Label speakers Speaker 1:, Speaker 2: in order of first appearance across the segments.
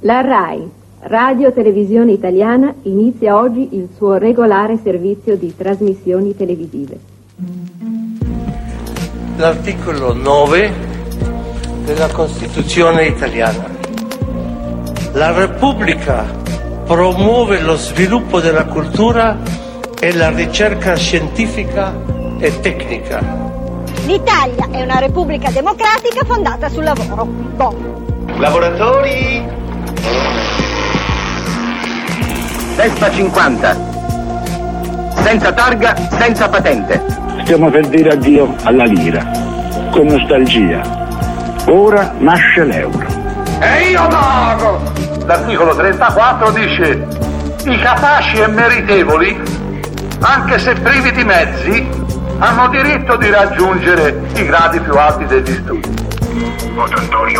Speaker 1: La RAI, Radio Televisione Italiana, inizia oggi il suo regolare servizio di trasmissioni televisive.
Speaker 2: L'articolo 9 della Costituzione italiana. La Repubblica promuove lo sviluppo della cultura e la ricerca scientifica e tecnica.
Speaker 3: L'Italia è una repubblica democratica fondata sul lavoro.
Speaker 4: Lavoratori! Testa 50. Senza targa, senza patente.
Speaker 5: Stiamo per dire addio alla lira, con nostalgia. Ora nasce l'euro.
Speaker 6: E io pago! L'articolo 34 dice: i capaci e meritevoli, anche se privi di mezzi, hanno diritto di raggiungere i gradi più alti degli studi.
Speaker 7: Votantorio,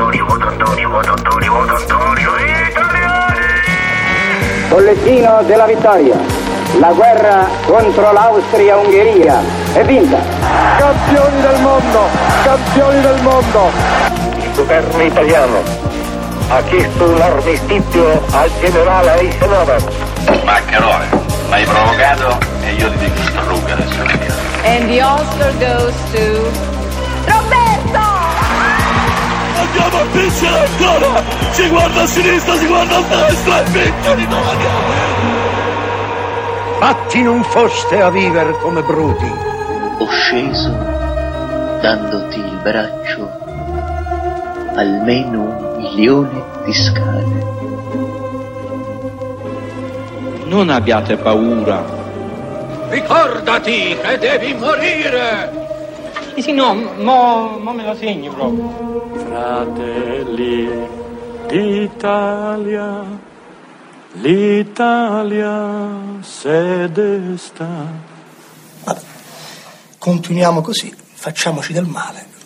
Speaker 7: italiani!
Speaker 8: Bollettino della vittoria. La guerra contro l'Austria-Ungheria è vinta.
Speaker 9: Campioni del mondo! Campioni del mondo!
Speaker 10: Il governo italiano ha chiesto l'armistizio al generale Eisenhower.
Speaker 11: Maccherone, l'hai provocato e io ti distruggo adesso.
Speaker 12: And the Oscar goes to
Speaker 3: Roberto!
Speaker 13: Andiamo a vincere ancora! Si guarda a sinistra, si guarda a destra e vince l'Italia!
Speaker 14: Fatti non foste a vivere come bruti.
Speaker 15: Ho sceso dandoti il braccio almeno 1 milione di scale.
Speaker 16: Non abbiate paura.
Speaker 13: Ricordati che devi morire!
Speaker 16: Sì, no, mo me lo segni proprio.
Speaker 17: Fratelli d'Italia, l'Italia se desta.
Speaker 18: Vabbè, continuiamo così, facciamoci del male,